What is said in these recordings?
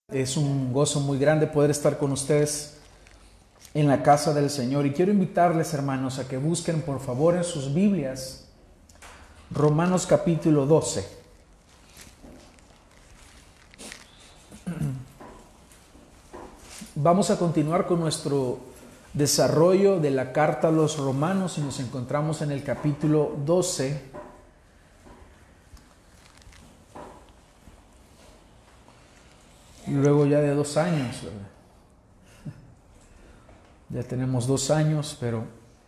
Es un gozo muy grande poder estar con ustedes en la casa del Señor. Y quiero invitarles, hermanos, a que busquen por favor en sus Biblias Romanos capítulo 12. Vamos a continuar con nuestro desarrollo de la carta a los Romanos y nos encontramos en el capítulo 12. Luego ya de 2 años, ¿verdad? Ya tenemos 2 años, pero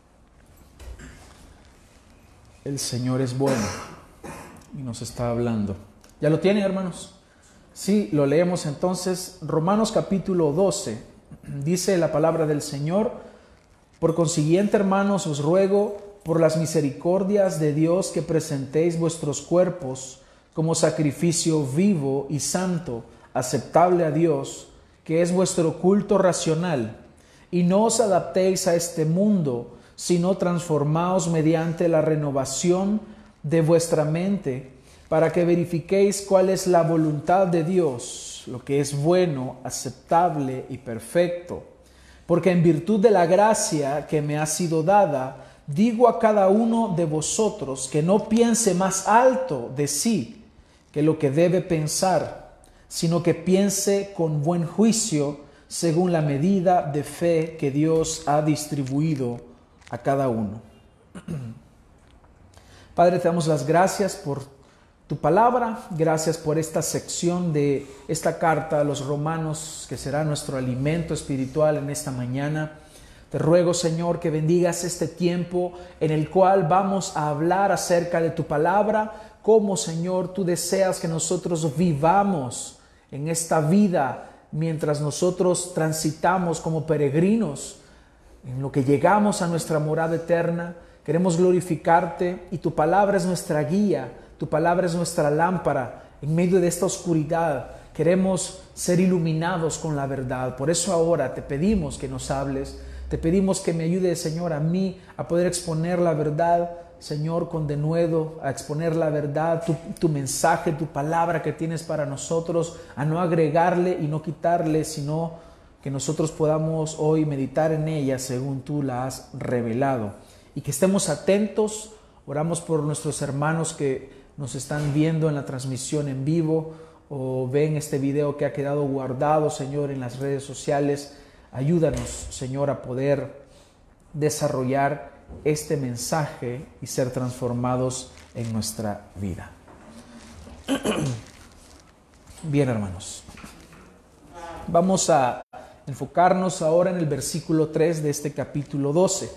el Señor es bueno y nos está hablando. ¿Ya lo tienen, hermanos? Sí, lo leemos entonces. Romanos capítulo 12, dice la palabra del Señor: por consiguiente, hermanos, os ruego por las misericordias de Dios que presentéis vuestros cuerpos como sacrificio vivo y santo, aceptable a Dios, que es vuestro culto racional, y no os adaptéis a este mundo, sino transformaos mediante la renovación de vuestra mente, para que verifiquéis cuál es la voluntad de Dios, lo que es bueno, aceptable y perfecto. Porque en virtud de la gracia que me ha sido dada, digo a cada uno de vosotros que no piense más alto de sí que lo que debe pensar, sino que piense con buen juicio según la medida de fe que Dios ha distribuido a cada uno. Padre, te damos las gracias por tu palabra, gracias por esta sección de esta carta a los Romanos, que será nuestro alimento espiritual en esta mañana. Te ruego, Señor, que bendigas este tiempo en el cual vamos a hablar acerca de tu palabra, cómo, Señor, tú deseas que nosotros vivamos en esta vida mientras nosotros transitamos como peregrinos, en lo que llegamos a nuestra morada eterna. Queremos glorificarte y tu palabra es nuestra guía, tu palabra es nuestra lámpara en medio de esta oscuridad. Queremos ser iluminados con la verdad. Por eso ahora te pedimos que nos hables, te pedimos que me ayudes, Señor, a mí a poder exponer la verdad, Señor, con denuedo, a exponer la verdad, tu mensaje, tu palabra que tienes para nosotros, a no agregarle y no quitarle, sino que nosotros podamos hoy meditar en ella según tú la has revelado. Y que estemos atentos. Oramos por nuestros hermanos que nos están viendo en la transmisión en vivo o ven este video que ha quedado guardado, Señor, en las redes sociales. Ayúdanos, Señor, a poder desarrollar este mensaje y ser transformados en nuestra vida. Bien, hermanos, vamos a enfocarnos ahora en el versículo 3 de este capítulo 12.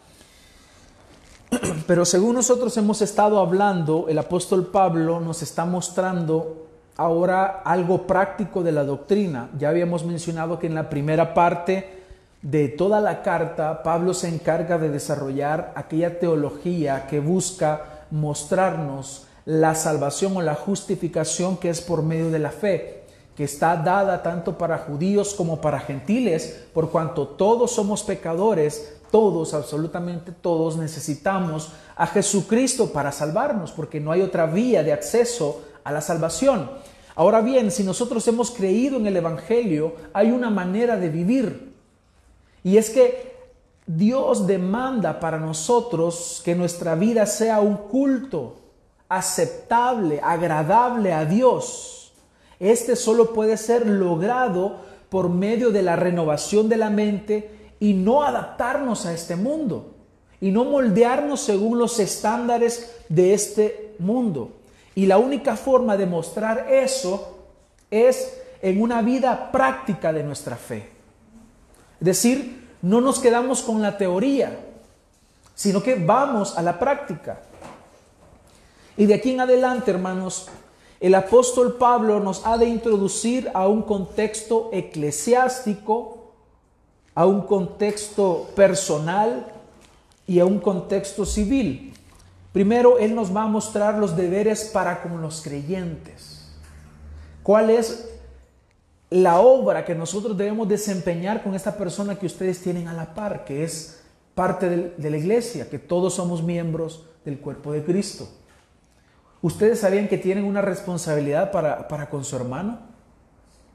Pero según nosotros hemos estado hablando, el apóstol Pablo nos está mostrando ahora algo práctico de la doctrina. Ya habíamos mencionado que en la primera parte de toda la carta, Pablo se encarga de desarrollar aquella teología que busca mostrarnos la salvación o la justificación que es por medio de la fe, que está dada tanto para judíos como para gentiles, por cuanto todos somos pecadores, todos, absolutamente todos, necesitamos a Jesucristo para salvarnos, porque no hay otra vía de acceso a la salvación. Ahora bien, si nosotros hemos creído en el Evangelio, hay una manera de vivir. Y es que Dios demanda para nosotros que nuestra vida sea un culto aceptable, agradable a Dios. Este solo puede ser logrado por medio de la renovación de la mente y no adaptarnos a este mundo y no moldearnos según los estándares de este mundo. Y la única forma de mostrar eso es en una vida práctica de nuestra fe. Es decir, no nos quedamos con la teoría, sino que vamos a la práctica. Y de aquí en adelante, hermanos, el apóstol Pablo nos ha de introducir a un contexto eclesiástico, a un contexto personal y a un contexto civil. Primero, él nos va a mostrar los deberes para con los creyentes. ¿Cuál es la obra que nosotros debemos desempeñar con esta persona que ustedes tienen a la par, que es parte de la iglesia, que todos somos miembros del cuerpo de Cristo? ¿Ustedes sabían que tienen una responsabilidad para con su hermano?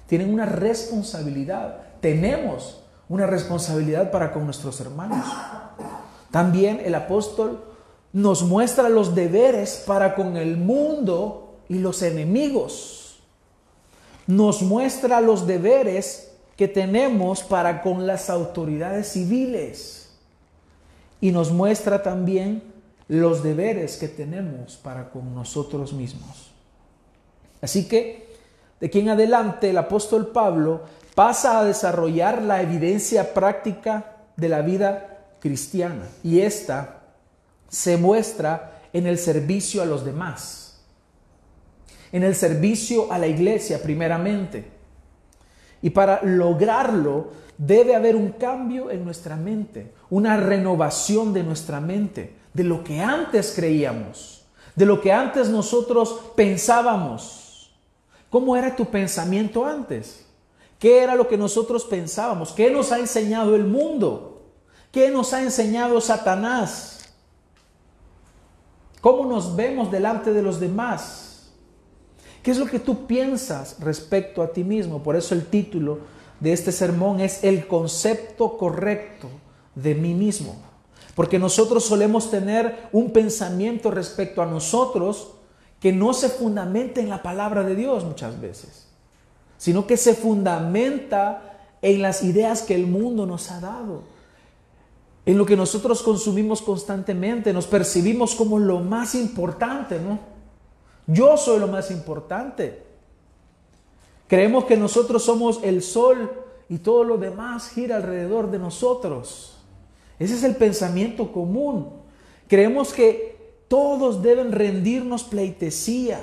tienen una responsabilidad. Tenemos una responsabilidad para con nuestros hermanos. También el apóstol nos muestra los deberes para con el mundo y los enemigos. Nos muestra los deberes que tenemos para con las autoridades civiles. Y nos muestra también los deberes que tenemos para con nosotros mismos. Así que, de aquí en adelante, el apóstol Pablo pasa a desarrollar la evidencia práctica de la vida cristiana. Y esta se muestra en el servicio a los demás. En el servicio a la iglesia, primeramente. Y para lograrlo, debe haber un cambio en nuestra mente, una renovación de nuestra mente, de lo que antes creíamos, de lo que antes nosotros pensábamos. ¿Cómo era tu pensamiento antes? ¿Qué era lo que nosotros pensábamos? ¿Qué nos ha enseñado el mundo? ¿Qué nos ha enseñado Satanás? ¿Cómo nos vemos delante de los demás? ¿Qué es lo que tú piensas respecto a ti mismo? Por eso el título de este sermón es el concepto correcto de mí mismo. Porque nosotros solemos tener un pensamiento respecto a nosotros que no se fundamenta en la palabra de Dios muchas veces, sino que se fundamenta en las ideas que el mundo nos ha dado, en lo que nosotros consumimos constantemente. Nos percibimos como lo más importante, ¿no? Yo soy lo más importante. Creemos que nosotros somos el sol y todo lo demás gira alrededor de nosotros. Ese es el pensamiento común. Creemos que todos deben rendirnos pleitesía.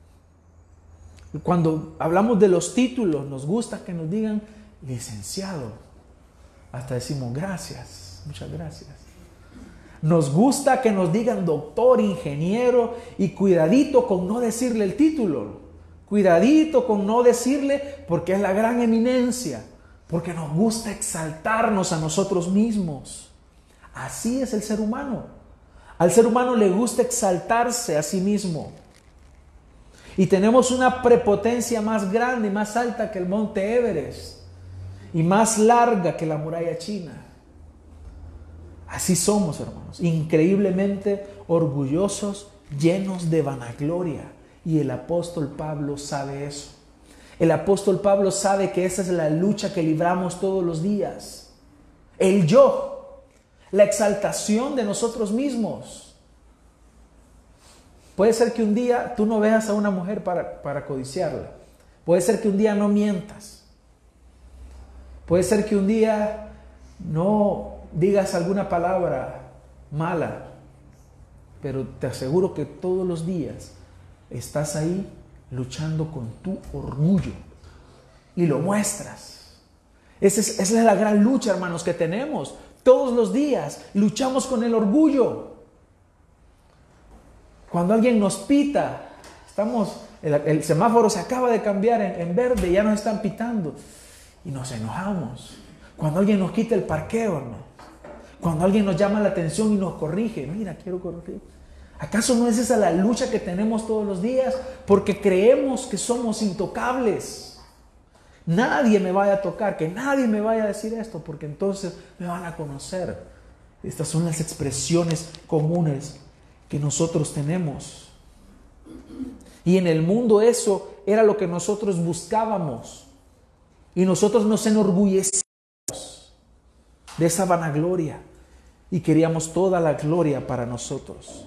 Cuando hablamos de los títulos, nos gusta que nos digan licenciado. Hasta decimos gracias, muchas gracias. Nos gusta que nos digan doctor, ingeniero, y cuidadito con no decirle el título. Cuidadito con no decirle, porque es la gran eminencia, porque nos gusta exaltarnos a nosotros mismos. Así es el ser humano. Al ser humano le gusta exaltarse a sí mismo. Y tenemos una prepotencia más grande y más alta que el monte Everest, y más larga que la muralla china. Así somos, hermanos, increíblemente orgullosos, llenos de vanagloria. Y el apóstol Pablo sabe eso. El apóstol Pablo sabe que esa es la lucha que libramos todos los días. El yo, la exaltación de nosotros mismos. Puede ser que un día tú no veas a una mujer para codiciarla. Puede ser que un día no mientas. Puede ser que un día no digas alguna palabra mala. Pero te aseguro que todos los días estás ahí luchando con tu orgullo. Y lo muestras. Esa es la gran lucha, hermanos, que tenemos. Todos los días luchamos con el orgullo. Cuando alguien nos pita, el semáforo se acaba de cambiar en verde, ya nos están pitando y nos enojamos. Cuando alguien nos quita el parqueo, hermano. Cuando alguien nos llama la atención y nos corrige, mira, quiero corregir. ¿Acaso no es esa la lucha que tenemos todos los días? Porque creemos que somos intocables. Nadie me vaya a tocar, que nadie me vaya a decir esto, porque entonces me van a conocer. Estas son las expresiones comunes que nosotros tenemos. Y en el mundo eso era lo que nosotros buscábamos. Y nosotros nos enorgullecíamos de esa vanagloria. Y queríamos toda la gloria para nosotros.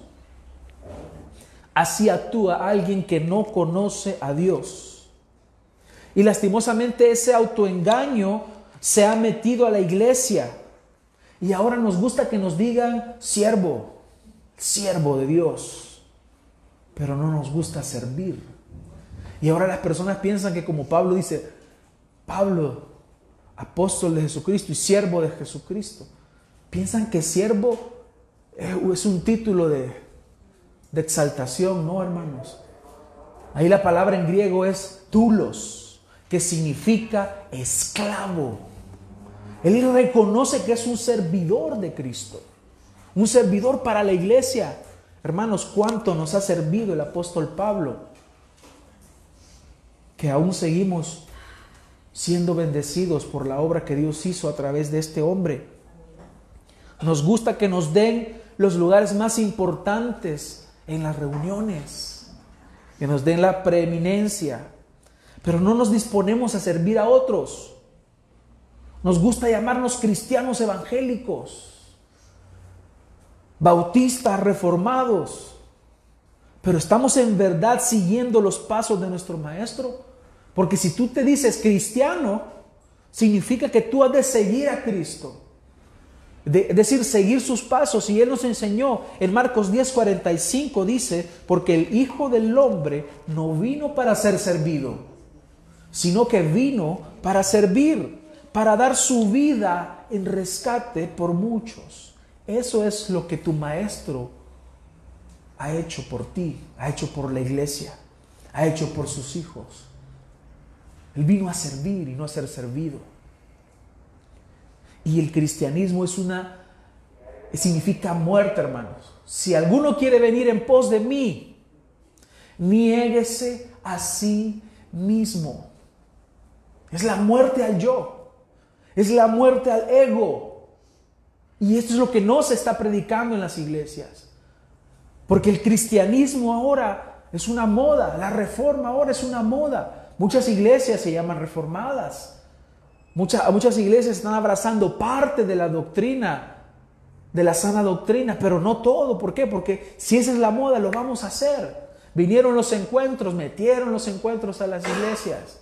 Así actúa alguien que no conoce a Dios. Y lastimosamente ese autoengaño se ha metido a la iglesia. Y ahora nos gusta que nos digan siervo de Dios. Pero no nos gusta servir. Y ahora las personas piensan que como Pablo dice, Pablo, apóstol de Jesucristo y siervo de Jesucristo. Piensan que siervo es un título de exaltación. No, hermanos. Ahí la palabra en griego es doulos, que significa esclavo. Él reconoce que es un servidor de Cristo, un servidor para la iglesia. Hermanos, ¿cuánto nos ha servido el apóstol Pablo? Que aún seguimos siendo bendecidos por la obra que Dios hizo a través de este hombre. Nos gusta que nos den los lugares más importantes en las reuniones, que nos den la preeminencia, pero no nos disponemos a servir a otros. Nos gusta llamarnos cristianos evangélicos, bautistas, reformados, pero ¿estamos en verdad siguiendo los pasos de nuestro Maestro? Porque si tú te dices cristiano, significa que tú has de seguir a Cristo. Es decir, seguir sus pasos. Y Él nos enseñó en Marcos 10:45, dice, porque el Hijo del Hombre no vino para ser servido, sino que vino para servir, para dar su vida en rescate por muchos. Eso es lo que tu Maestro ha hecho por ti, ha hecho por la iglesia, ha hecho por sus hijos. Él vino a servir y no a ser servido. Y el cristianismo significa muerte, hermanos. Si alguno quiere venir en pos de mí, niéguese a sí mismo. Es la muerte al yo. Es la muerte al ego. Y esto es lo que no se está predicando en las iglesias. Porque el cristianismo ahora es una moda. La reforma ahora es una moda. Muchas iglesias se llaman reformadas. Muchas iglesias están abrazando parte de la doctrina, de la sana doctrina, pero no todo. ¿Por qué? Porque si esa es la moda, lo vamos a hacer. Vinieron los encuentros, metieron los encuentros a las iglesias.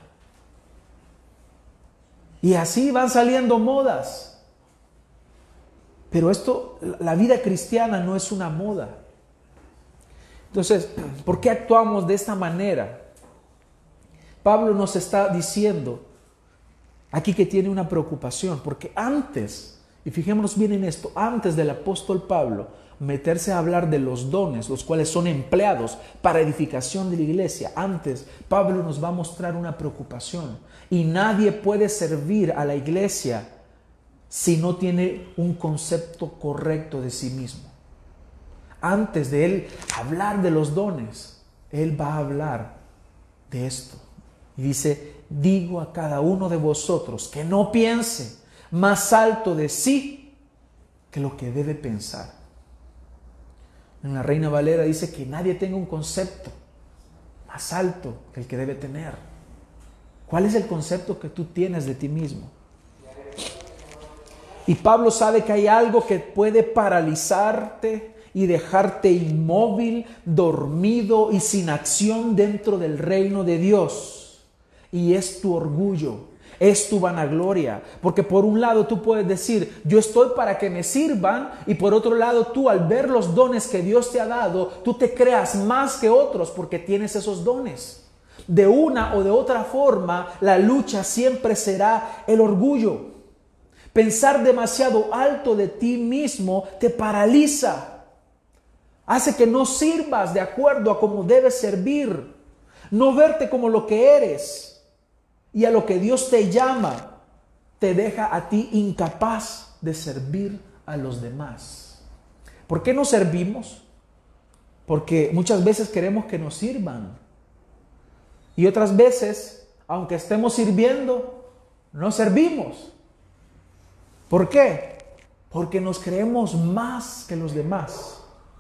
Y así van saliendo modas. Pero la vida cristiana no es una moda. Entonces, ¿por qué actuamos de esta manera? Pablo nos está diciendo aquí que tiene una preocupación, porque antes, y fijémonos bien en esto, antes del apóstol Pablo meterse a hablar de los dones, los cuales son empleados para edificación de la iglesia, antes Pablo nos va a mostrar una preocupación. Y nadie puede servir a la iglesia si no tiene un concepto correcto de sí mismo. Antes de él hablar de los dones, él va a hablar de esto. Y dice, digo a cada uno de vosotros que no piense más alto de sí que lo que debe pensar. En la Reina Valera dice que nadie tenga un concepto más alto que el que debe tener. ¿Cuál es el concepto que tú tienes de ti mismo? Y Pablo sabe que hay algo que puede paralizarte y dejarte inmóvil, dormido y sin acción dentro del reino de Dios. Y es tu orgullo, es tu vanagloria. Porque por un lado tú puedes decir, yo estoy para que me sirvan. Y por otro lado tú, al ver los dones que Dios te ha dado, tú te creas más que otros porque tienes esos dones. De una o de otra forma, la lucha siempre será el orgullo. Pensar demasiado alto de ti mismo te paraliza. Hace que no sirvas de acuerdo a cómo debes servir. No verte como lo que eres y a lo que Dios te llama, te deja a ti incapaz de servir a los demás. ¿Por qué no servimos? Porque muchas veces queremos que nos sirvan. Y otras veces, aunque estemos sirviendo, no servimos. ¿Por qué? Porque nos creemos más que los demás.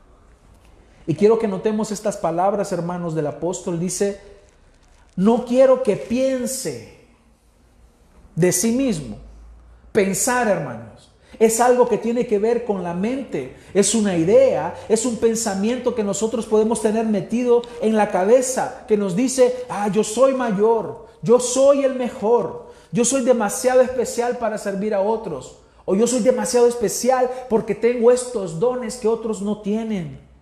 Y quiero que notemos estas palabras, hermanos, del apóstol. Dice, no quiero que piense de sí mismo. Pensar, hermanos, es algo que tiene que ver con la mente. Es una idea, es un pensamiento que nosotros podemos tener metido en la cabeza, que nos dice, yo soy mayor, yo soy el mejor, yo soy demasiado especial para servir a otros, o yo soy demasiado especial porque tengo estos dones que otros no tienen.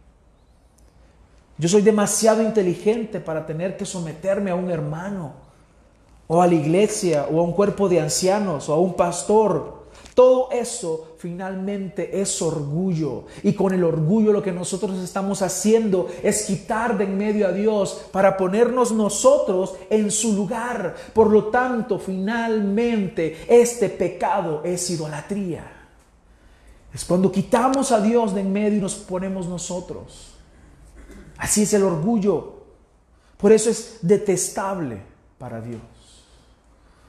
Yo soy demasiado inteligente para tener que someterme a un hermano, o a la iglesia, o a un cuerpo de ancianos, o a un pastor. Todo eso finalmente es orgullo. Y con el orgullo lo que nosotros estamos haciendo es quitar de en medio a Dios para ponernos nosotros en su lugar. Por lo tanto, finalmente, este pecado es idolatría. Es cuando quitamos a Dios de en medio y nos ponemos nosotros. Así es el orgullo. Por eso es detestable para Dios.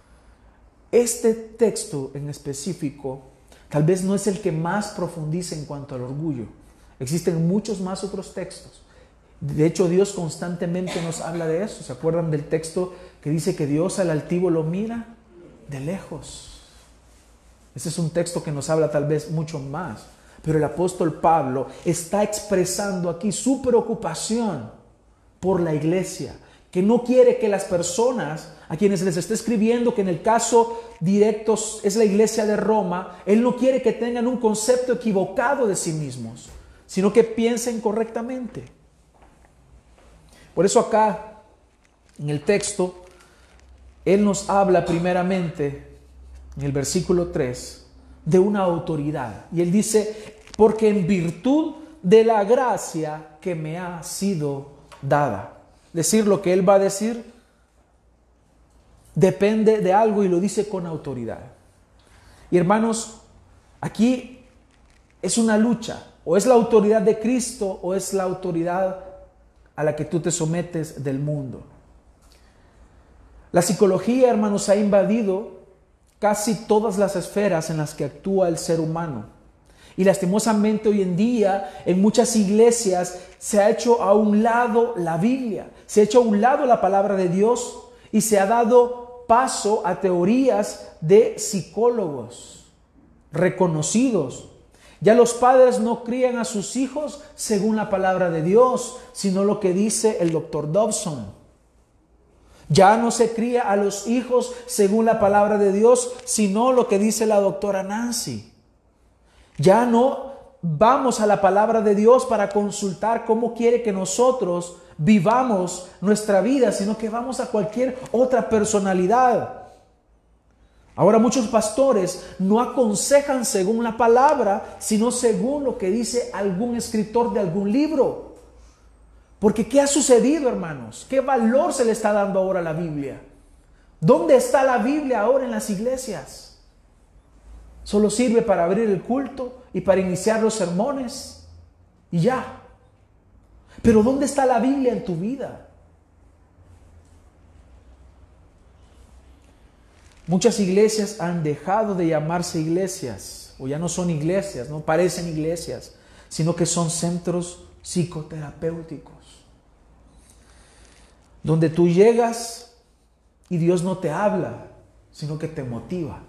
Este texto en específico tal vez no es el que más profundiza en cuanto al orgullo. Existen muchos más otros textos. De hecho, Dios constantemente nos habla de eso. ¿Se acuerdan del texto que dice que Dios al altivo lo mira de lejos? Ese es un texto que nos habla tal vez mucho más. Pero el apóstol Pablo está expresando aquí su preocupación por la iglesia, que no quiere que las personas a quienes les está escribiendo, que en el caso directo es la iglesia de Roma, él no quiere que tengan un concepto equivocado de sí mismos, sino que piensen correctamente. Por eso acá, en el texto, él nos habla primeramente, en el versículo 3, de una autoridad. Y él dice, porque en virtud de la gracia que me ha sido dada. Decir lo que él va a decir depende de algo y lo dice con autoridad. Y hermanos, aquí es una lucha. O es la autoridad de Cristo o es la autoridad a la que tú te sometes del mundo. La psicología, hermanos, ha invadido casi todas las esferas en las que actúa el ser humano. Y lastimosamente hoy en día en muchas iglesias se ha hecho a un lado la Biblia, se ha hecho a un lado la palabra de Dios y se ha dado paso a teorías de psicólogos reconocidos. Ya los padres no crían a sus hijos según la palabra de Dios, sino lo que dice el doctor Dobson. Ya no se cría a los hijos según la palabra de Dios, sino lo que dice la doctora Nancy. Ya no vamos a la palabra de Dios para consultar cómo quiere que nosotros vivamos nuestra vida, sino que vamos a cualquier otra personalidad. Ahora muchos pastores no aconsejan según la palabra, sino según lo que dice algún escritor de algún libro. Porque ¿qué ha sucedido, hermanos? ¿Qué valor se le está dando ahora a la Biblia? ¿Dónde está la Biblia ahora en las iglesias? Solo sirve para abrir el culto y para iniciar los sermones y ya. Pero ¿dónde está la Biblia en tu vida? Muchas iglesias han dejado de llamarse iglesias, o ya no son iglesias, no parecen iglesias, sino que son centros psicoterapéuticos, donde tú llegas y Dios no te habla, sino que te motiva.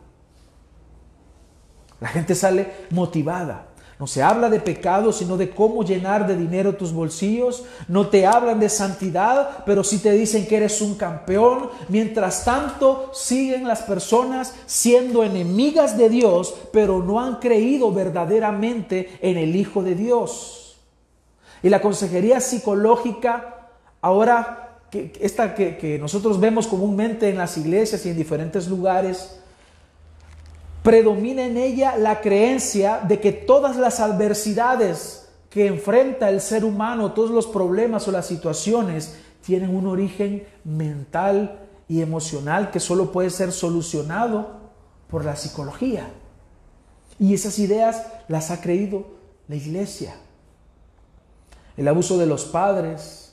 La gente sale motivada. No se habla de pecado, sino de cómo llenar de dinero tus bolsillos. No te hablan de santidad, pero sí te dicen que eres un campeón. Mientras tanto, siguen las personas siendo enemigas de Dios, pero no han creído verdaderamente en el Hijo de Dios. Y la consejería psicológica, ahora que nosotros vemos comúnmente en las iglesias y en diferentes lugares, predomina en ella la creencia de que todas las adversidades que enfrenta el ser humano, todos los problemas o las situaciones, tienen un origen mental y emocional que solo puede ser solucionado por la psicología. Y esas ideas las ha creído la iglesia. El abuso de los padres,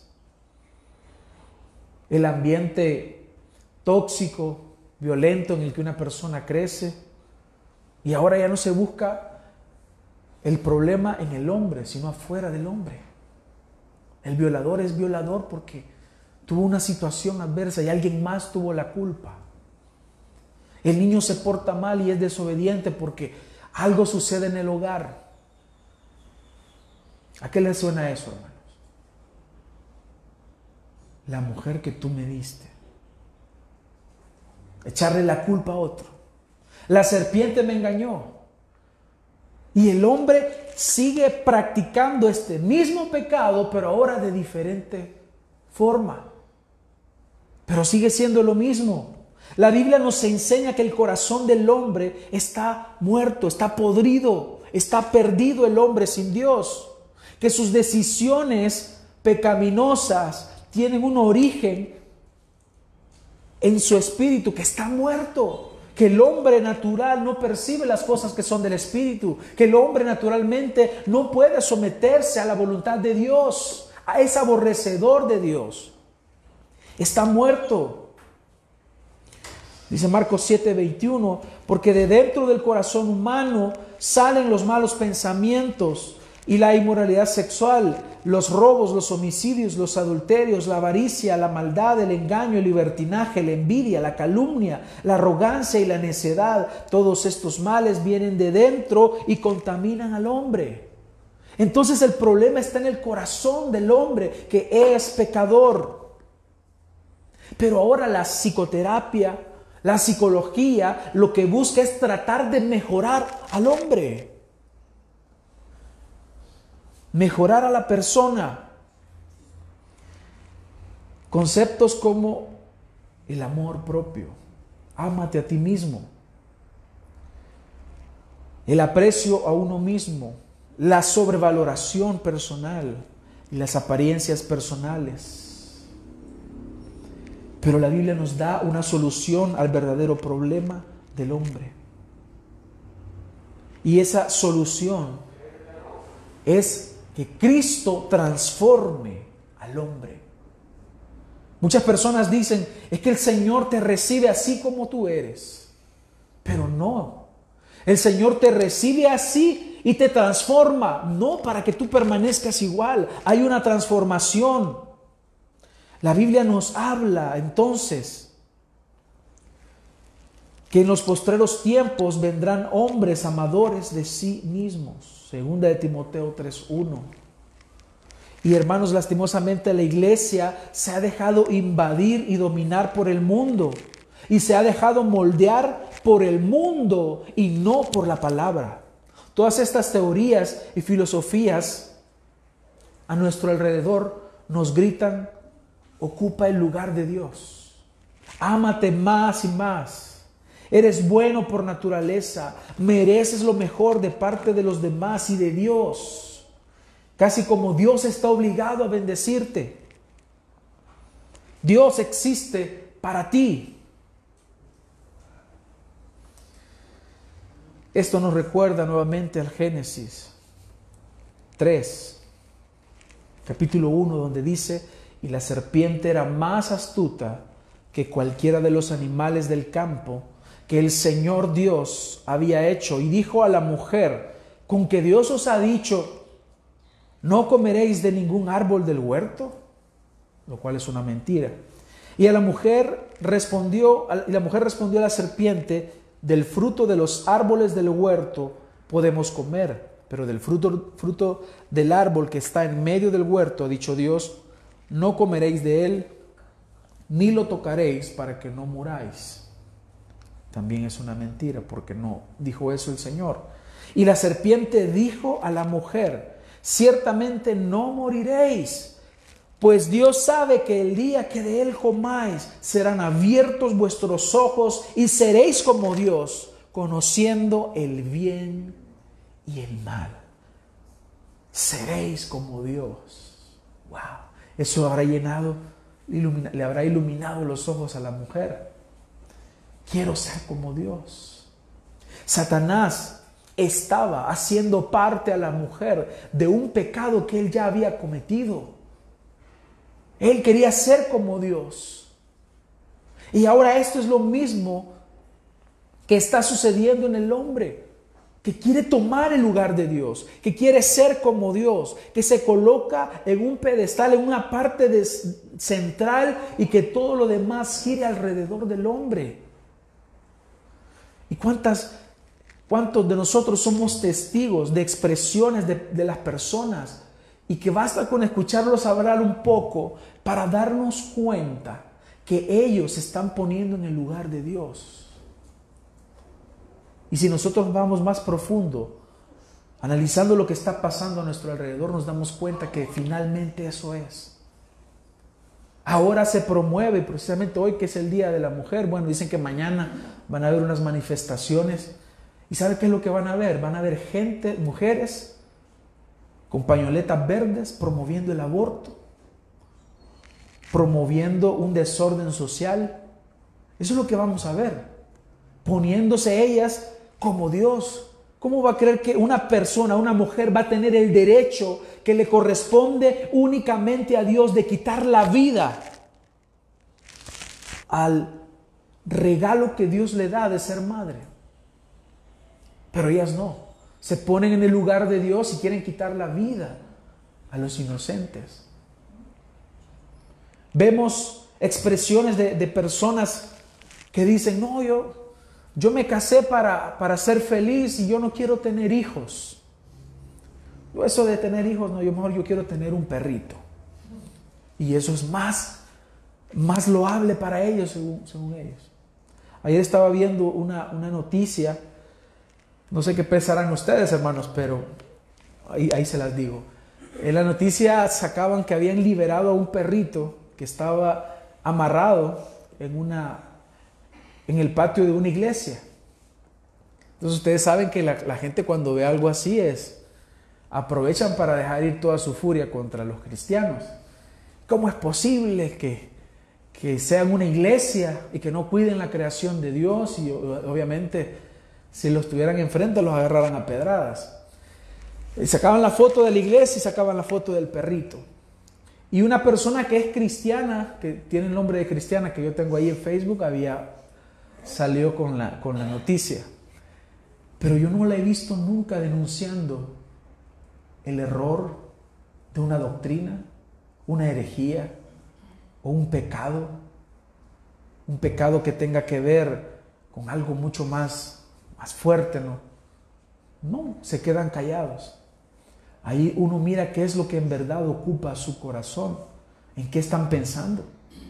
el ambiente tóxico, violento en el que una persona crece. Y ahora ya no se busca el problema en el hombre, sino afuera del hombre. El violador es violador porque tuvo una situación adversa y alguien más tuvo la culpa. El niño se porta mal y es desobediente porque algo sucede en el hogar. ¿A qué le suena eso, hermanos? La mujer que tú me diste. Echarle la culpa a otro. La serpiente me engañó. Y el hombre sigue practicando este mismo pecado, pero ahora de diferente forma. Pero sigue siendo lo mismo. La Biblia nos enseña que el corazón del hombre está muerto, está podrido, está perdido el hombre sin Dios. Que sus decisiones pecaminosas tienen un origen en su espíritu que está muerto. Que el hombre natural no percibe las cosas que son del Espíritu, que el hombre naturalmente no puede someterse a la voluntad de Dios, es aborrecedor de Dios, está muerto. Dice Marcos 7:21, porque de dentro del corazón humano salen los malos pensamientos y la inmoralidad sexual, los robos, los homicidios, los adulterios, la avaricia, la maldad, el engaño, el libertinaje, la envidia, la calumnia, la arrogancia y la necedad. Todos estos males vienen de dentro y contaminan al hombre. Entonces el problema está en el corazón del hombre, que es pecador. Pero ahora la psicoterapia, la psicología, lo que busca es tratar de mejorar al hombre. Mejorar a la persona. Conceptos como el amor propio, ámate a ti mismo, el aprecio a uno mismo, la sobrevaloración personal y las apariencias personales. Pero la Biblia nos da una solución al verdadero problema del hombre. Y esa solución es que Cristo transforme al hombre. Muchas personas dicen, es que el Señor te recibe así como tú eres. Pero no. El Señor te recibe así y te transforma. No para que tú permanezcas igual. Hay una transformación. La Biblia nos habla entonces que en los postreros tiempos vendrán hombres amadores de sí mismos. Segunda de Timoteo 3:1. Y hermanos, lastimosamente la iglesia se ha dejado invadir y dominar por el mundo. Y se ha dejado moldear por el mundo y no por la palabra. Todas estas teorías y filosofías a nuestro alrededor nos gritan, ocupa el lugar de Dios. Ámate más y más. Eres bueno por naturaleza. Mereces lo mejor de parte de los demás y de Dios. Casi como Dios está obligado a bendecirte. Dios existe para ti. Esto nos recuerda nuevamente al Génesis 3, capítulo 1, donde dice, y la serpiente era más astuta que cualquiera de los animales del campo que el Señor Dios había hecho. Y dijo a la mujer, ¿con que Dios os ha dicho, no comeréis de ningún árbol del huerto? Lo cual es una mentira. Y la mujer respondió a la serpiente, del fruto de los árboles del huerto podemos comer, pero del fruto del árbol que está en medio del huerto, ha dicho Dios, no comeréis de él, ni lo tocaréis para que no muráis. También es una mentira, porque no dijo eso el Señor. Y la serpiente dijo a la mujer, ciertamente no moriréis, pues Dios sabe que el día que de él comáis, serán abiertos vuestros ojos y seréis como Dios, conociendo el bien y el mal. Seréis como Dios. Wow. Eso habrá llenado, le habrá iluminado los ojos a la mujer. Quiero ser como Dios. Satanás estaba haciendo parte a la mujer de un pecado que él ya había cometido. Él quería ser como Dios. Y ahora esto es lo mismo que está sucediendo en el hombre, que quiere tomar el lugar de Dios, que quiere ser como Dios, que se coloca en un pedestal, en una parte central, y que todo lo demás gire alrededor del hombre. ¿Y cuántos de nosotros somos testigos de expresiones de las personas? Y que basta con escucharlos hablar un poco para darnos cuenta que ellos se están poniendo en el lugar de Dios. Y si nosotros vamos más profundo, analizando lo que está pasando a nuestro alrededor, nos damos cuenta que finalmente eso es. Ahora se promueve, precisamente hoy que es el Día de la Mujer, bueno, dicen que mañana van a haber unas manifestaciones. ¿Y sabe qué es lo que van a ver? Van a ver gente, mujeres, con pañoletas verdes, promoviendo el aborto, promoviendo un desorden social. Eso es lo que vamos a ver, poniéndose ellas como Dios. ¿Cómo va a creer que una persona, una mujer, va a tener el derecho que le corresponde únicamente a Dios de quitar la vida al regalo que Dios le da de ser madre. Pero ellas no. Se ponen en el lugar de Dios y quieren quitar la vida a los inocentes. Vemos expresiones de personas que dicen, no, yo me casé para ser feliz y yo no quiero tener hijos. Eso de tener hijos, no, yo quiero tener un perrito. Y eso es más loable para ellos, según ellos. Ayer estaba viendo una noticia, no sé qué pensarán ustedes, hermanos, pero ahí se las digo. En la noticia sacaban que habían liberado a un perrito que estaba amarrado en el patio de una iglesia. Entonces ustedes saben que la gente cuando ve algo así aprovechan para dejar ir toda su furia contra los cristianos. ¿Cómo es posible que sean una iglesia y que no cuiden la creación de Dios? Y obviamente si los tuvieran enfrente los agarraran a pedradas. Y sacaban la foto de la iglesia y sacaban la foto del perrito. Y una persona que es cristiana, que tiene el nombre de cristiana que yo tengo ahí en Facebook, salió con la noticia. Pero yo no la he visto nunca denunciando el error de una doctrina, una herejía o un pecado que tenga que ver con algo mucho más fuerte, ¿no? No, se quedan callados. Ahí uno mira qué es lo que en verdad ocupa su corazón, en qué están pensando.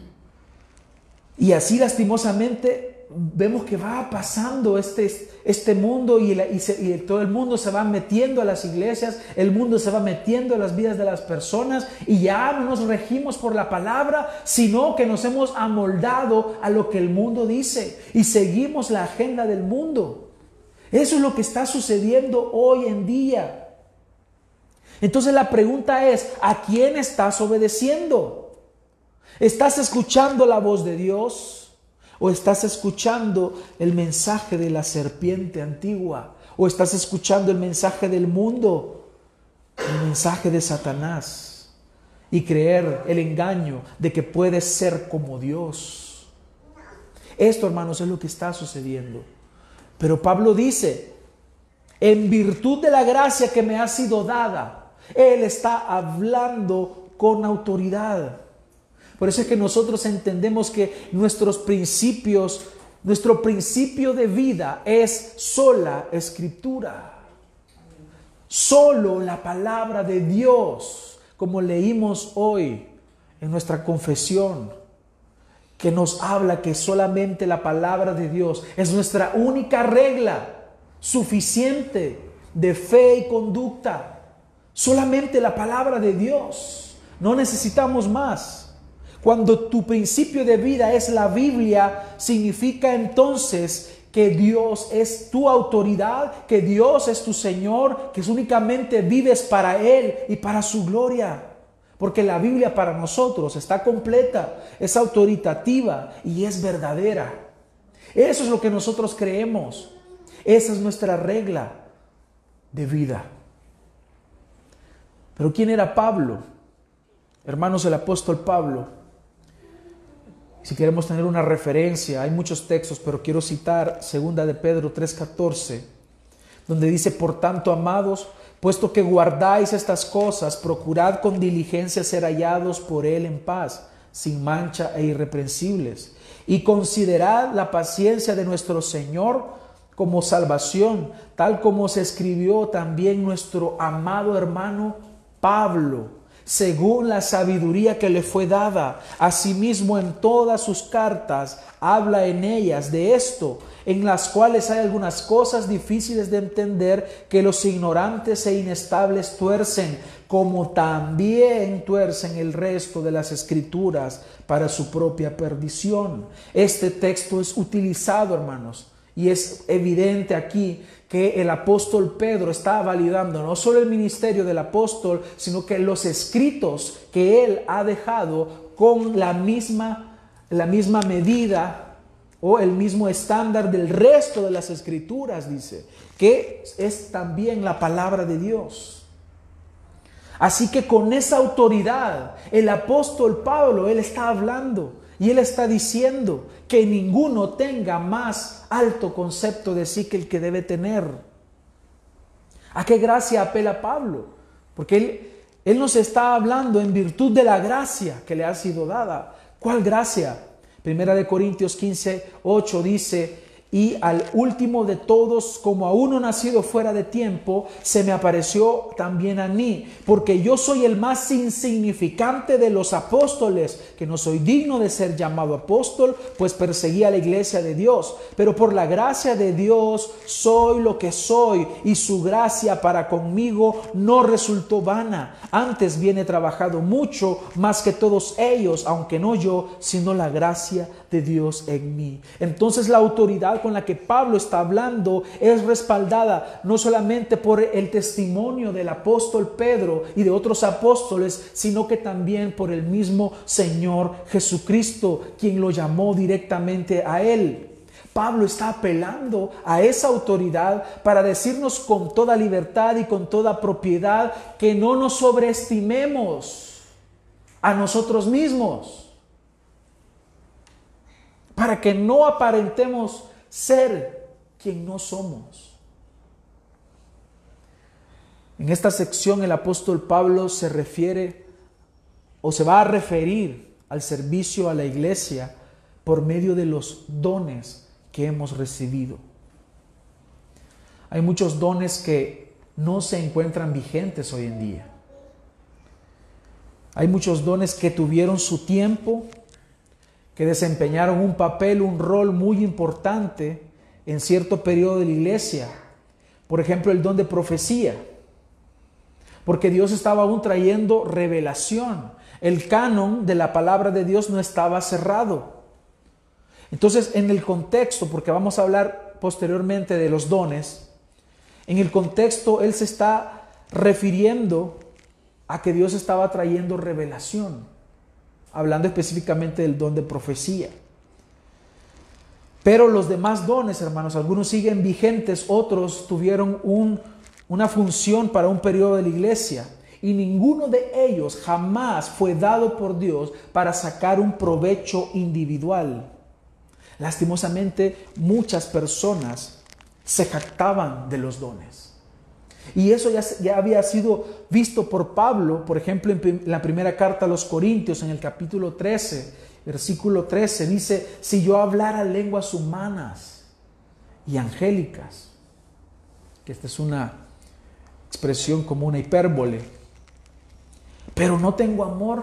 Y así lastimosamente vemos que va pasando este mundo y todo el mundo se va metiendo a las iglesias, el mundo se va metiendo a las vidas de las personas y ya no nos regimos por la palabra, sino que nos hemos amoldado a lo que el mundo dice y seguimos la agenda del mundo. Eso es lo que está sucediendo hoy en día. Entonces la pregunta es, ¿a quién estás obedeciendo? ¿Estás escuchando la voz de Dios? ¿O estás escuchando el mensaje de la serpiente antigua? ¿O estás escuchando el mensaje del mundo? El mensaje de Satanás. Y creer el engaño de que puedes ser como Dios. Esto, hermanos, es lo que está sucediendo. Pero Pablo dice, en virtud de la gracia que me ha sido dada, Él está hablando con autoridad. Por eso es que nosotros entendemos que nuestro principio de vida es sola Escritura. Solo la palabra de Dios, como leímos hoy en nuestra confesión, que nos habla que solamente la palabra de Dios es nuestra única regla suficiente de fe y conducta. Solamente la palabra de Dios. No necesitamos más. Cuando tu principio de vida es la Biblia, significa entonces que Dios es tu autoridad, que Dios es tu Señor, que únicamente vives para Él y para su gloria. Porque la Biblia para nosotros está completa, es autoritativa y es verdadera. Eso es lo que nosotros creemos. Esa es nuestra regla de vida. Pero ¿quién era Pablo? Hermanos, el apóstol Pablo. Si queremos tener una referencia, hay muchos textos, pero quiero citar 2 de Pedro 3:14, donde dice, por tanto, amados, puesto que guardáis estas cosas, procurad con diligencia ser hallados por Él en paz, sin mancha e irreprensibles. Y considerad la paciencia de nuestro Señor como salvación, tal como se escribió también nuestro amado hermano Pablo, según la sabiduría que le fue dada. Asimismo, en todas sus cartas habla en ellas de esto, en las cuales hay algunas cosas difíciles de entender que los ignorantes e inestables tuercen, como también tuercen el resto de las escrituras para su propia perdición. Este texto es utilizado, hermanos, y es evidente aquí que el apóstol Pedro está validando no solo el ministerio del apóstol, sino que los escritos que él ha dejado con la misma medida o el mismo estándar del resto de las escrituras, dice, que es también la palabra de Dios. Así que con esa autoridad, el apóstol Pablo, él está hablando. Y Él está diciendo que ninguno tenga más alto concepto de sí que el que debe tener. ¿A qué gracia apela Pablo? Porque Él nos está hablando en virtud de la gracia que le ha sido dada. ¿Cuál gracia? Primera de Corintios 15:8 dice: y al último de todos, como a uno nacido fuera de tiempo, se me apareció también a mí, porque yo soy el más insignificante de los apóstoles, que no soy digno de ser llamado apóstol, pues perseguí a la iglesia de Dios. Pero por la gracia de Dios soy lo que soy, y su gracia para conmigo no resultó vana. Antes bien he trabajado mucho, más que todos ellos, aunque no yo, sino la gracia de Dios en mí. Entonces la autoridad con la que Pablo está hablando es respaldada no solamente por el testimonio del apóstol Pedro y de otros apóstoles, sino que también por el mismo Señor Jesucristo, quien lo llamó directamente a él. Pablo está apelando a esa autoridad para decirnos con toda libertad y con toda propiedad que no nos sobreestimemos a nosotros mismos, para que no aparentemos ser quien no somos. En esta sección el apóstol Pablo se refiere o se va a referir al servicio a la iglesia por medio de los dones que hemos recibido. Hay muchos dones que no se encuentran vigentes hoy en día. Hay muchos dones que tuvieron su tiempo, que desempeñaron un papel, un rol muy importante en cierto periodo de la iglesia. Por ejemplo, el don de profecía, porque Dios estaba aún trayendo revelación. El canon de la palabra de Dios no estaba cerrado. Entonces, en el contexto, porque vamos a hablar posteriormente de los dones, en el contexto Él se está refiriendo a que Dios estaba trayendo revelación, hablando específicamente del don de profecía. Pero los demás dones, hermanos, algunos siguen vigentes, otros tuvieron una función para un periodo de la iglesia, y ninguno de ellos jamás fue dado por Dios para sacar un provecho individual. Lastimosamente, muchas personas se jactaban de los dones. Y eso ya había sido visto por Pablo, por ejemplo, en la primera carta a los Corintios, en el capítulo 13, versículo 13, dice: si yo hablara lenguas humanas y angélicas, que esta es una expresión como una hipérbole, pero no tengo amor,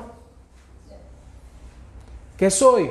¿qué soy?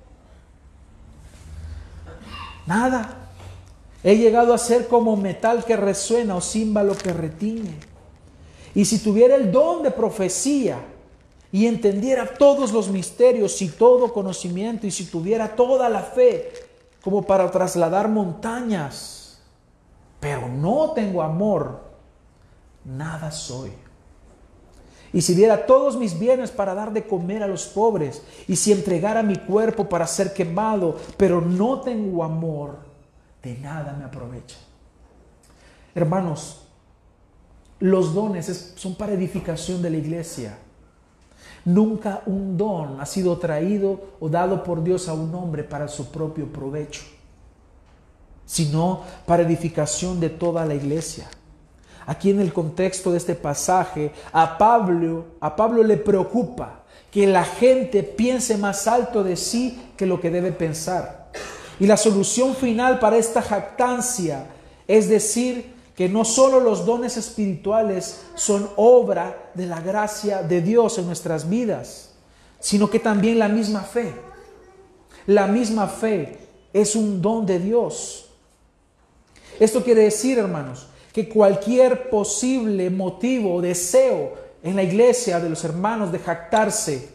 Nada. He llegado a ser como metal que resuena o címbalo que retiñe. Y si tuviera el don de profecía y entendiera todos los misterios y todo conocimiento, y si tuviera toda la fe como para trasladar montañas, pero no tengo amor, nada soy. Y si diera todos mis bienes para dar de comer a los pobres, y si entregara mi cuerpo para ser quemado, pero no tengo amor, de nada me aprovecha. Hermanos, los dones son para edificación de la iglesia. Nunca un don ha sido traído o dado por Dios a un hombre para su propio provecho, sino para edificación de toda la iglesia. Aquí en el contexto de este pasaje, a Pablo le preocupa que la gente piense más alto de sí que lo que debe pensar. Y la solución final para esta jactancia es decir que no solo los dones espirituales son obra de la gracia de Dios en nuestras vidas, sino que también la misma fe. La misma fe es un don de Dios. Esto quiere decir, hermanos, que cualquier posible motivo o deseo en la iglesia de los hermanos de jactarse,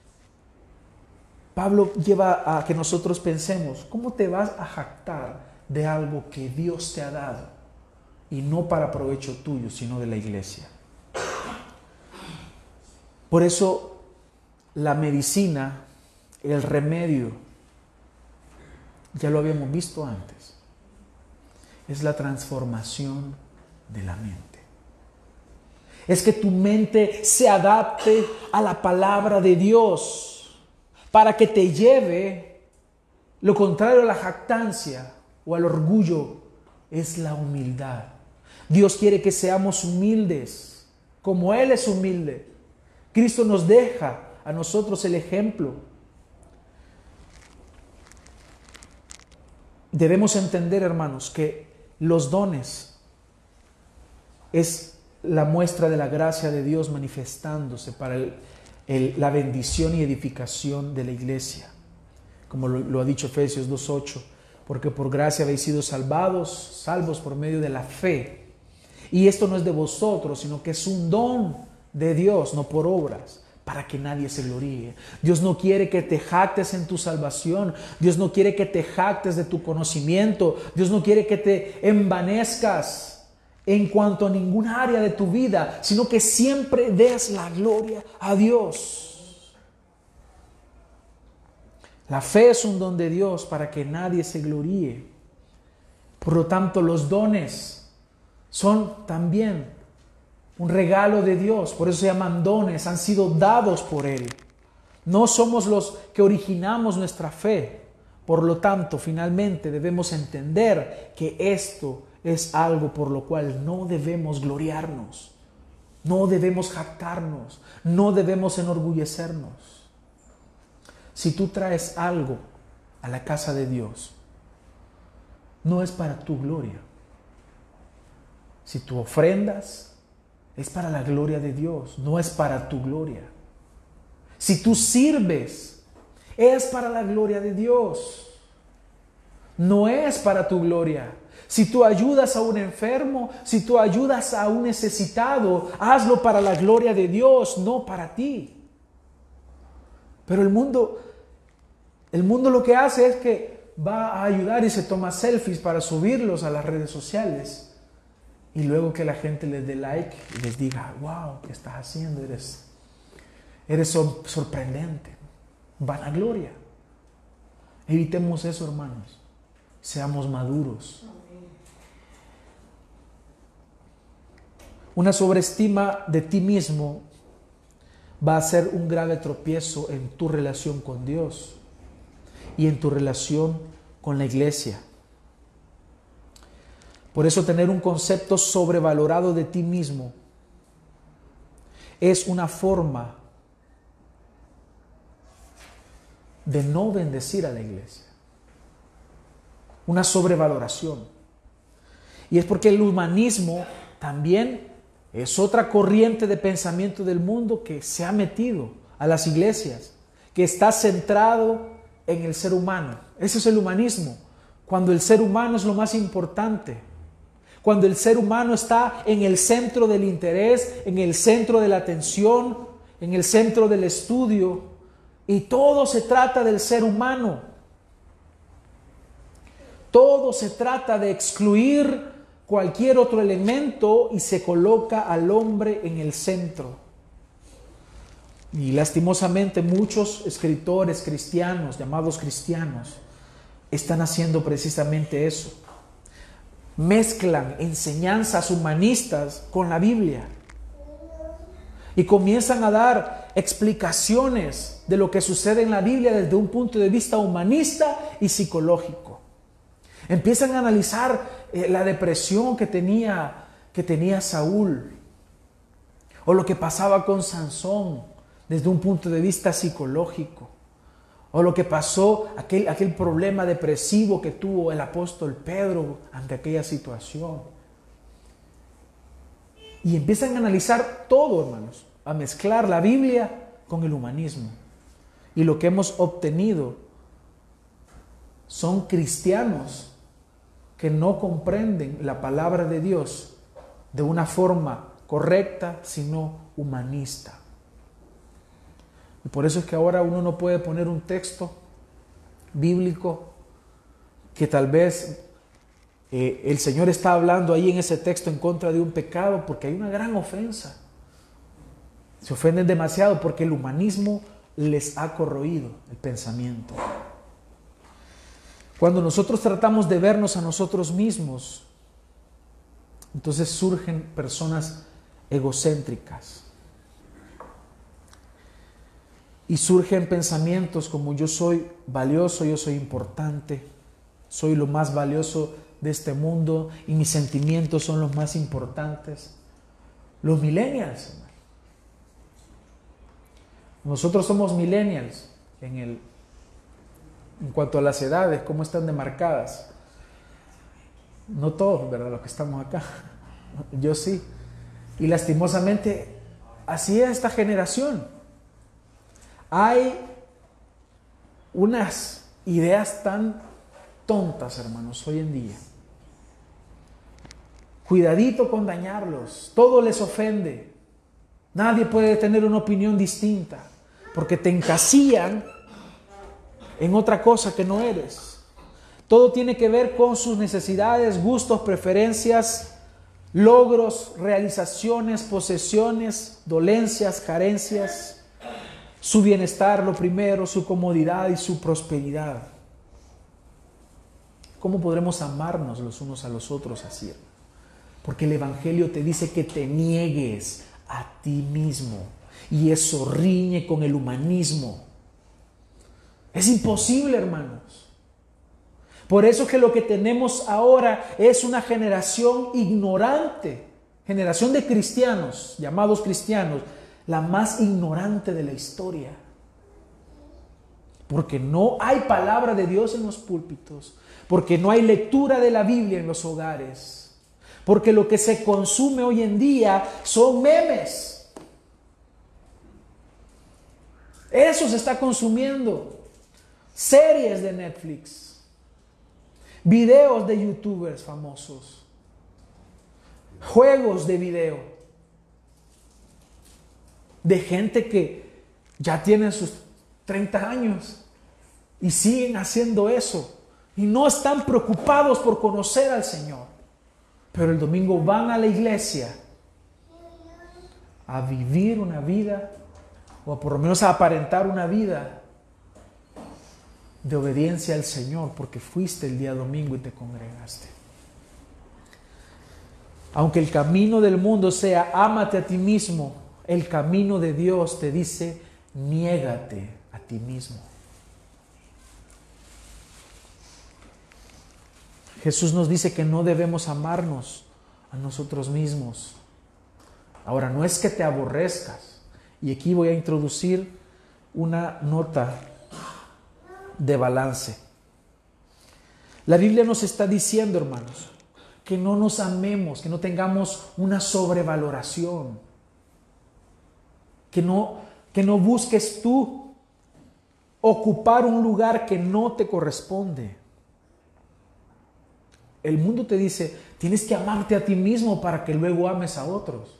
Pablo lleva a que nosotros pensemos: ¿cómo te vas a jactar de algo que Dios te ha dado? Y no para provecho tuyo, sino de la iglesia. Por eso la medicina, el remedio, ya lo habíamos visto antes, es la transformación de la mente. Es que tu mente se adapte a la palabra de Dios. para que te lleve. Lo contrario a la jactancia o al orgullo es la humildad. Dios quiere que seamos humildes, como Él es humilde. Cristo nos deja a nosotros el ejemplo. Debemos entender, hermanos, que los dones es la muestra de la gracia de Dios manifestándose para la bendición y edificación de la iglesia. Como lo ha dicho Efesios 2:8, porque por gracia habéis sido salvos por medio de la fe. Y esto no es de vosotros, sino que es un don de Dios, no por obras, para que nadie se gloríe. Dios no quiere que te jactes en tu salvación. Dios no quiere que te jactes de tu conocimiento. Dios no quiere que te envanezcas en cuanto a ninguna área de tu vida, sino que siempre des la gloria a Dios. La fe es un don de Dios para que nadie se gloríe. Por lo tanto, los dones son también un regalo de Dios. Por eso se llaman dones, han sido dados por Él. No somos los que originamos nuestra fe. Por lo tanto, finalmente debemos entender que esto es algo por lo cual no debemos gloriarnos. No debemos jactarnos. No debemos enorgullecernos. Si tú traes algo a la casa de Dios, no es para tu gloria. Si tú ofrendas, es para la gloria de Dios, no es para tu gloria. Si tú sirves, es para la gloria de Dios, no es para tu gloria. Si tú ayudas a un enfermo, si tú ayudas a un necesitado, hazlo para la gloria de Dios, no para ti. Pero el mundo lo que hace es que va a ayudar y se toma selfies para subirlos a las redes sociales. Y luego que la gente les dé like y les diga, wow, ¿qué estás haciendo? Eres sorprendente. Vanagloria. Evitemos eso, hermanos. Seamos maduros. Una sobreestima de ti mismo va a ser un grave tropiezo en tu relación con Dios y en tu relación con la iglesia. Por eso tener un concepto sobrevalorado de ti mismo es una forma de no bendecir a la iglesia. Una sobrevaloración. Y es porque el humanismo también es otra corriente de pensamiento del mundo que se ha metido a las iglesias, que está centrado en el ser humano. Ese es el humanismo, cuando el ser humano es lo más importante, cuando el ser humano está en el centro del interés, en el centro de la atención, en el centro del estudio, y todo se trata del ser humano. Todo se trata de excluir cualquier otro elemento y se coloca al hombre en el centro. Y lastimosamente muchos escritores cristianos, llamados cristianos, están haciendo precisamente eso. Mezclan enseñanzas humanistas con la Biblia y comienzan a dar explicaciones de lo que sucede en la Biblia desde un punto de vista humanista y psicológico. Empiezan a analizar la depresión que tenía Saúl, o lo que pasaba con Sansón desde un punto de vista psicológico, o lo que pasó, aquel problema depresivo que tuvo el apóstol Pedro ante aquella situación. Y empiezan a analizar todo, hermanos, a mezclar la Biblia con el humanismo. Y lo que hemos obtenido son cristianos que no comprenden la palabra de Dios de una forma correcta, sino humanista. Y por eso es que ahora uno no puede poner un texto bíblico que tal vez el Señor está hablando ahí en ese texto en contra de un pecado, porque hay una gran ofensa. Se ofenden demasiado porque el humanismo les ha corroído el pensamiento. Cuando nosotros tratamos de vernos a nosotros mismos, entonces surgen personas egocéntricas. y surgen pensamientos como yo soy valioso, yo soy importante, soy lo más valioso de este mundo y mis sentimientos son los más importantes. Los millennials. Nosotros somos millennials en cuanto a las edades, cómo están demarcadas. No todos, ¿verdad? Los que estamos acá. Yo sí. Y lastimosamente, así es esta generación. Hay unas ideas tan tontas, hermanos, hoy en día. Cuidadito con dañarlos. Todo les ofende. Nadie puede tener una opinión distinta, porque te encasillan en otra cosa que no eres. Todo tiene que ver con sus necesidades, gustos, preferencias, logros, realizaciones, posesiones, dolencias, carencias, su bienestar, lo primero, su comodidad y su prosperidad. ¿Cómo podremos amarnos los unos a los otros así? Porque el Evangelio te dice que te niegues a ti mismo, y eso riñe con el humanismo. Es imposible, hermanos. Por eso es que lo que tenemos ahora es una generación ignorante, generación de cristianos, llamados cristianos, la más ignorante de la historia. Porque no hay palabra de Dios en los púlpitos, porque no hay lectura de la Biblia en los hogares, porque lo que se consume hoy en día son memes. Eso se está consumiendo. Series de Netflix, videos de youtubers famosos, juegos de video, de gente que ya tiene sus 30 años y siguen haciendo eso y no están preocupados por conocer al Señor, pero el domingo van a la iglesia a vivir una vida, o por lo menos a aparentar una vida de obediencia al Señor, porque fuiste el día domingo y te congregaste. Aunque el camino del mundo sea ámate a ti mismo, el camino de Dios te dice niégate a ti mismo. Jesús nos dice que no debemos amarnos a nosotros mismos. Ahora, no es que te aborrezcas, y aquí voy a introducir una nota de balance. La Biblia nos está diciendo, hermanos, que no nos amemos, que no tengamos una sobrevaloración, que no busques tú ocupar un lugar que no te corresponde. El mundo te dice, tienes que amarte a ti mismo para que luego ames a otros.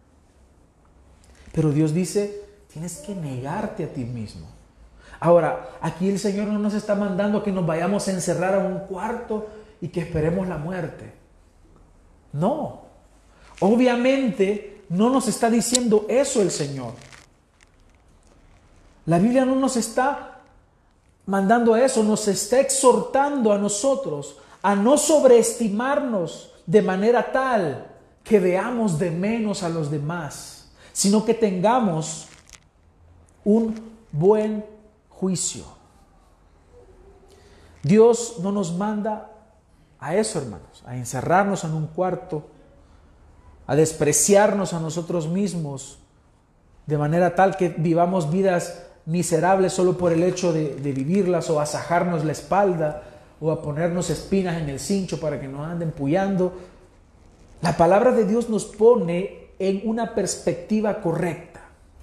Pero Dios dice, tienes que negarte a ti mismo. Ahora, aquí el Señor no nos está mandando que nos vayamos a encerrar a un cuarto y que esperemos la muerte. No. Obviamente no nos está diciendo eso el Señor. La Biblia no nos está mandando eso, nos está exhortando a nosotros a no sobreestimarnos de manera tal que veamos de menos a los demás, sino que tengamos un buen juicio. Dios no nos manda a eso, hermanos, a encerrarnos en un cuarto, a despreciarnos a nosotros mismos de manera tal que vivamos vidas miserables solo por el hecho de vivirlas, o a sajarnos la espalda, o a ponernos espinas en el cincho para que nos anden pullando. La palabra de Dios nos pone en una perspectiva correcta.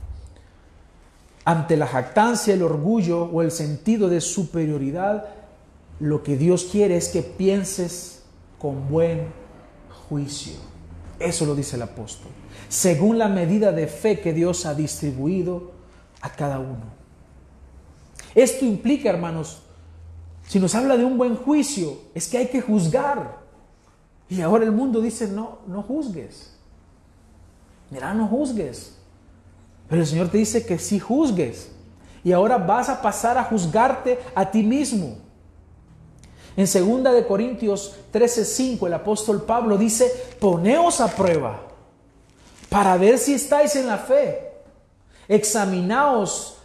Ante la jactancia, el orgullo o el sentido de superioridad, lo que Dios quiere es que pienses con buen juicio. Eso lo dice el apóstol. Según la medida de fe que Dios ha distribuido a cada uno. Esto implica, hermanos, si nos habla de un buen juicio, es que hay que juzgar. Y ahora el mundo dice, no juzgues. Mira, no juzgues. Pero el Señor te dice que sí juzgues. Y ahora vas a pasar a juzgarte a ti mismo. En 2 Corintios 13:5 el apóstol Pablo dice, poneos a prueba para ver si estáis en la fe. Examinaos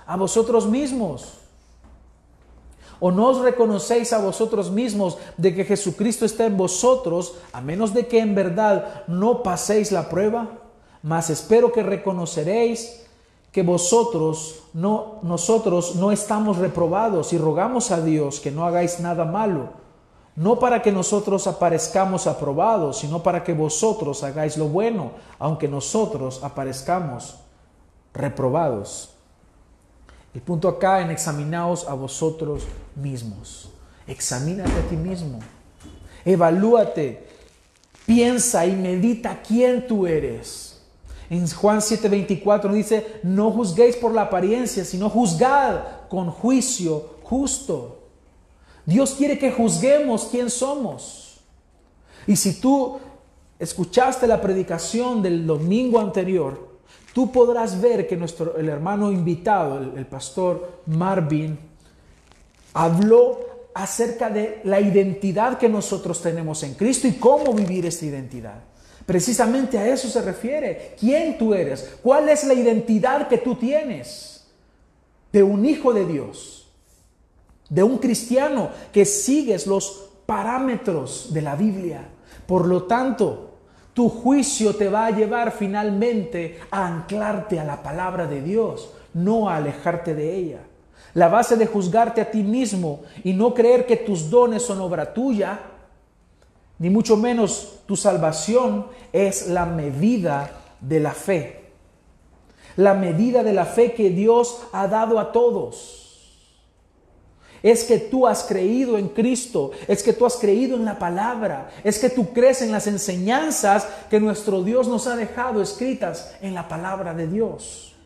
a vosotros mismos? ¿O no os reconocéis a vosotros mismos de que Jesucristo está en vosotros, a menos de que en verdad no paséis la prueba? Mas espero que reconoceréis que nosotros no estamos reprobados, y rogamos a Dios que no hagáis nada malo, no para que nosotros aparezcamos aprobados, sino para que vosotros hagáis lo bueno, aunque nosotros aparezcamos reprobados. El punto acá en examinaos a vosotros mismos. Examínate a ti mismo. Evalúate. Piensa y medita quién tú eres. En Juan 7:24 dice, no juzguéis por la apariencia, sino juzgad con juicio justo. Dios quiere que juzguemos quién somos. Y si tú escuchaste la predicación del domingo anterior, tú podrás ver que el hermano invitado, el pastor Marvin, habló acerca de la identidad que nosotros tenemos en Cristo y cómo vivir esta identidad. Precisamente a eso se refiere. ¿Quién tú eres? ¿Cuál es la identidad que tú tienes? De un hijo de Dios, de un cristiano que sigues los parámetros de la Biblia. Por lo tanto, tu juicio te va a llevar finalmente a anclarte a la palabra de Dios, no a alejarte de ella. La base de juzgarte a ti mismo y no creer que tus dones son obra tuya, ni mucho menos tu salvación, es la medida de la fe. La medida de la fe que Dios ha dado a todos. Es que tú has creído en Cristo, es que tú has creído en la palabra, es que tú crees en las enseñanzas que nuestro Dios nos ha dejado escritas en la palabra de Dios.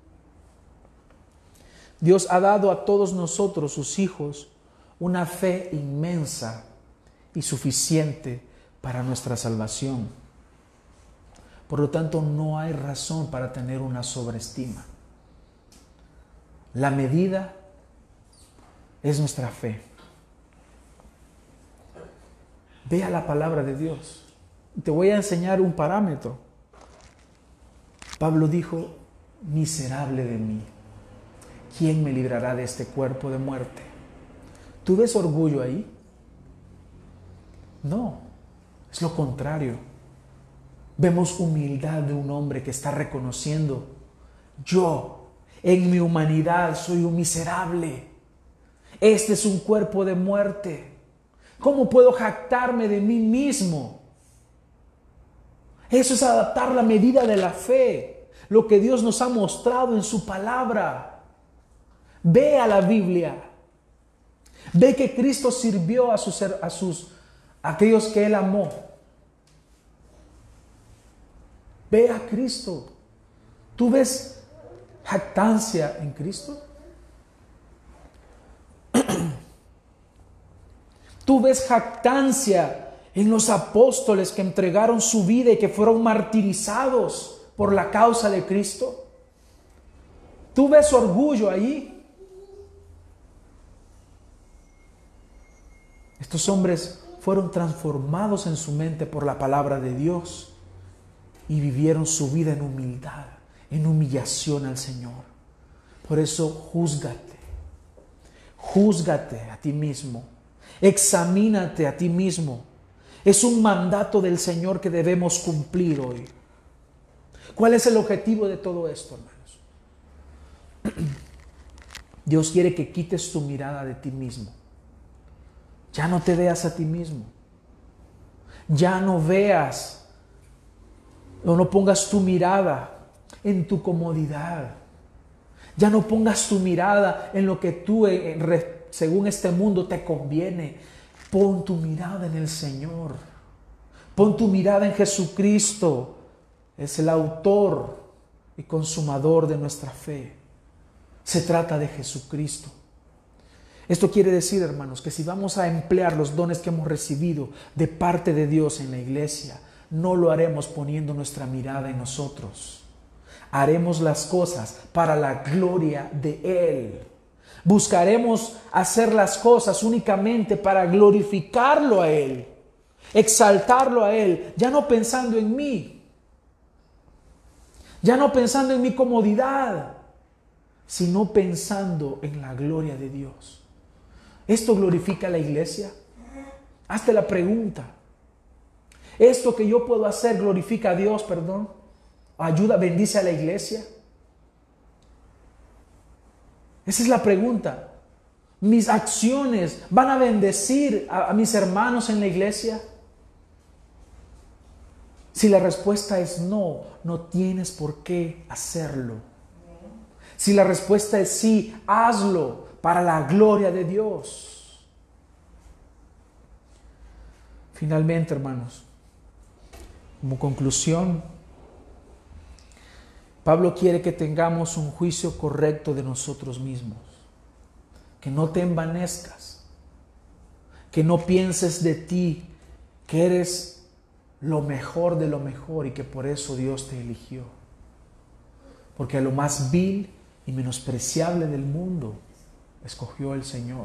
Dios ha dado a todos nosotros, sus hijos, una fe inmensa y suficiente para nuestra salvación. Por lo tanto, no hay razón para tener una sobreestima. La medida es nuestra fe. Ve a la palabra de Dios. Te voy a enseñar un parámetro. Pablo dijo, miserable de mí, ¿quién me librará de este cuerpo de muerte? ¿Tú ves orgullo ahí? No, es lo contrario. Vemos humildad de un hombre que está reconociendo, yo en mi humanidad soy un miserable. Este es un cuerpo de muerte. ¿Cómo puedo jactarme de mí mismo? Eso es adaptar la medida de la fe, lo que Dios nos ha mostrado en su palabra. Ve a la Biblia. Ve que Cristo sirvió a aquellos que Él amó. Ve a Cristo. ¿Tú ves jactancia en Cristo? ¿Tú ves jactancia en los apóstoles que entregaron su vida y que fueron martirizados por la causa de Cristo? ¿Tú ves orgullo ahí? Estos hombres fueron transformados en su mente por la palabra de Dios y vivieron su vida en humildad, en humillación al Señor. Por eso, júzgate a ti mismo. Examínate a ti mismo. Es un mandato del Señor que debemos cumplir hoy. ¿Cuál es el objetivo de todo esto, hermanos? Dios quiere que quites tu mirada de ti mismo. Ya no te veas a ti mismo. Ya no veas o no pongas tu mirada en tu comodidad. Ya no pongas tu mirada en lo que tú según este mundo te conviene. Pon tu mirada en el Señor. Pon tu mirada en Jesucristo. Es el autor y consumador de nuestra fe. Se trata de Jesucristo. Esto quiere decir, hermanos, que si vamos a emplear los dones que hemos recibido de parte de Dios en la iglesia, no lo haremos poniendo nuestra mirada en nosotros. Haremos las cosas para la gloria de Él. Buscaremos hacer las cosas únicamente para glorificarlo a Él, exaltarlo a Él, ya no pensando en mí, ya no pensando en mi comodidad, sino pensando en la gloria de Dios. ¿Esto glorifica a la iglesia? Hazte la pregunta. ¿Esto que yo puedo hacer glorifica a Dios, ayuda, bendice a la iglesia? Esa es la pregunta. ¿Mis acciones van a bendecir a mis hermanos en la iglesia? Si la respuesta es no, no tienes por qué hacerlo. Si la respuesta es sí, hazlo para la gloria de Dios. Finalmente, hermanos, como conclusión, Pablo quiere que tengamos un juicio correcto de nosotros mismos. Que no te envanezcas. Que no pienses de ti que eres lo mejor de lo mejor y que por eso Dios te eligió. Porque a lo más vil y menospreciable del mundo escogió el Señor.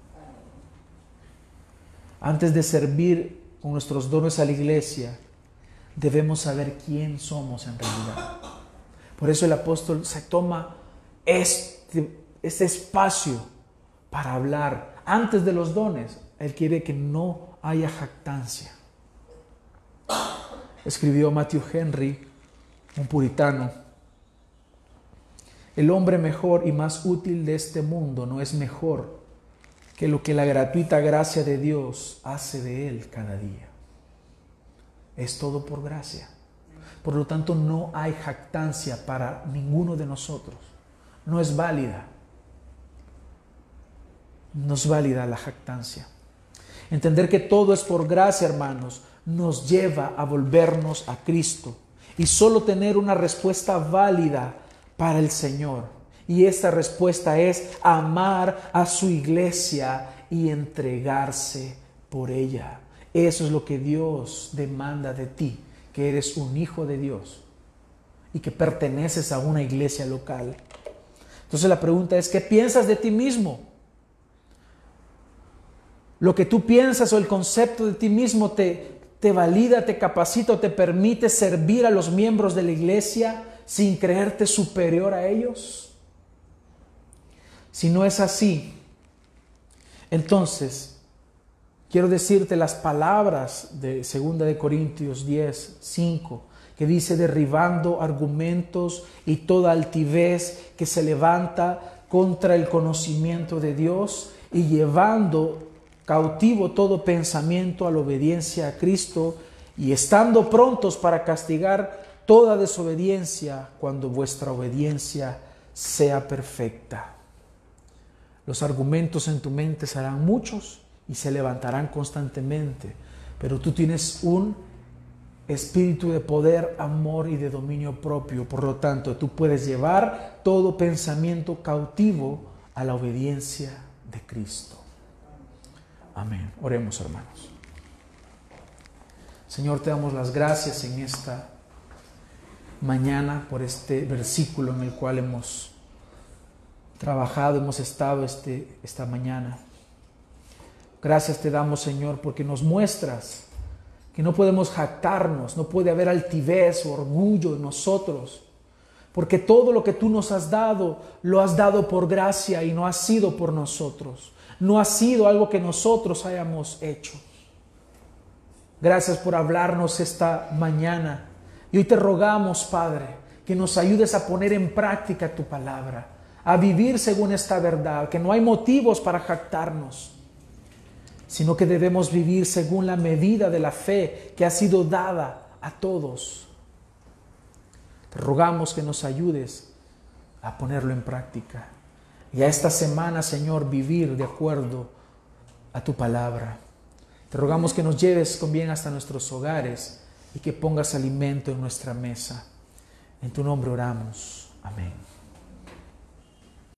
Antes de servir con nuestros dones a la iglesia, debemos saber quién somos en realidad. Por eso el apóstol se toma este espacio para hablar. Antes de los dones, él quiere que no haya jactancia. Escribió Matthew Henry, un puritano: el hombre mejor y más útil de este mundo no es mejor que lo que la gratuita gracia de Dios hace de él cada día. Es todo por gracia. Por lo tanto, no hay jactancia para ninguno de nosotros. No es válida. No es válida la jactancia. Entender que todo es por gracia, hermanos, nos lleva a volvernos a Cristo y solo tener una respuesta válida para el Señor. Y esta respuesta es amar a su iglesia y entregarse por ella. Eso es lo que Dios demanda de ti, que eres un hijo de Dios y que perteneces a una iglesia local. Entonces la pregunta es, ¿qué piensas de ti mismo? Lo que tú piensas o el concepto de ti mismo te valida, te capacita o te permite servir a los miembros de la iglesia sin creerte superior a ellos. Si no es así, entonces quiero decirte las palabras de 2 de Corintios 10, 5, que dice: derribando argumentos y toda altivez que se levanta contra el conocimiento de Dios y llevando cautivo todo pensamiento a la obediencia a Cristo y estando prontos para castigar toda desobediencia cuando vuestra obediencia sea perfecta. Los argumentos en tu mente serán muchos y se levantarán constantemente, pero tú tienes un espíritu de poder, amor y de dominio propio. Por lo tanto, tú puedes llevar todo pensamiento cautivo a la obediencia de Cristo. Amén. Oremos, hermanos. Señor, te damos las gracias en esta mañana por este versículo en el cual hemos trabajado, hemos estado esta mañana. Gracias te damos, Señor, porque nos muestras que no podemos jactarnos, no puede haber altivez o orgullo en nosotros, porque todo lo que tú nos has dado, lo has dado por gracia y no ha sido por nosotros. No ha sido algo que nosotros hayamos hecho. Gracias por hablarnos esta mañana. Y hoy te rogamos, Padre, que nos ayudes a poner en práctica tu palabra, a vivir según esta verdad, que no hay motivos para jactarnos, sino que debemos vivir según la medida de la fe que ha sido dada a todos. Te rogamos que nos ayudes a ponerlo en práctica. Y a esta semana, Señor, vivir de acuerdo a tu palabra. Te rogamos que nos lleves con bien hasta nuestros hogares y que pongas alimento en nuestra mesa. En tu nombre oramos. Amén.